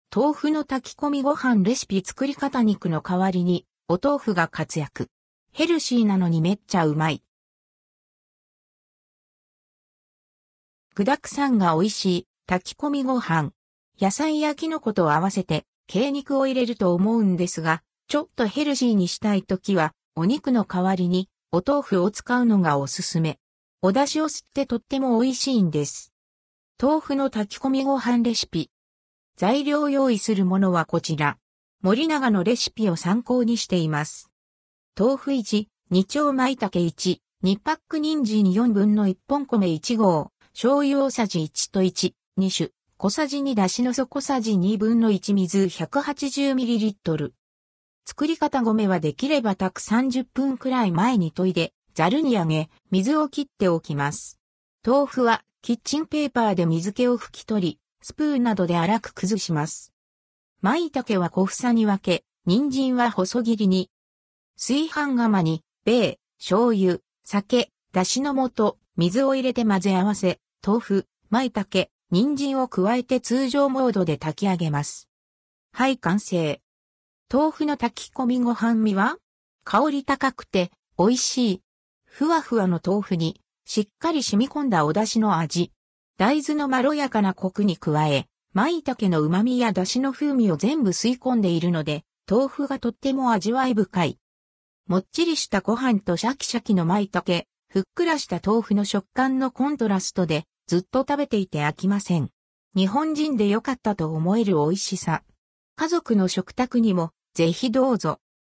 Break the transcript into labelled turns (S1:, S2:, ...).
S1: 豆腐の炊き込みご飯レシピ作り方肉の代わりにお豆腐が活躍。ヘルシーなのにめっちゃうまい。具沢山が美味しい炊き込みご飯。野菜やキノコと合わせて鶏肉を入れると思うんですが、ちょっとヘルシーにしたいときはお肉の代わりにお豆腐を使うのがおすすめ。お出汁を吸ってとっても美味しいんです。豆腐の炊き込みご飯レシピ。材料用意するものはこちら。森永のレシピを参考にしています。豆腐1、2丁舞茸1、2パック人参4分の1本米1合、醤油大さじ1と1、2種、小さじ2だしの素小さじ2分の1水 180ml。作り方米はできれば炊く30分くらい前に研いで、ざるに上げ、水を切っておきます。豆腐はキッチンペーパーで水気を拭き取り、スプーンなどで粗く崩します。舞茸は小房に分け、人参は細切りに。炊飯釜に、米、醤油、酒、だしの素、水を入れて混ぜ合わせ、豆腐、舞茸、人参を加えて通常モードで炊き上げます。はい、完成。豆腐の炊き込みご飯味は香り高くて美味しい。ふわふわの豆腐にしっかり染み込んだお出汁の味。大豆のまろやかなコクに加え、舞茸の旨味や出汁の風味を全部吸い込んでいるので、豆腐がとっても味わい深い。もっちりしたご飯とシャキシャキの舞茸、ふっくらした豆腐の食感のコントラストでずっと食べていて飽きません。日本人で良かったと思える美味しさ。家族の食卓にもぜひどうぞ。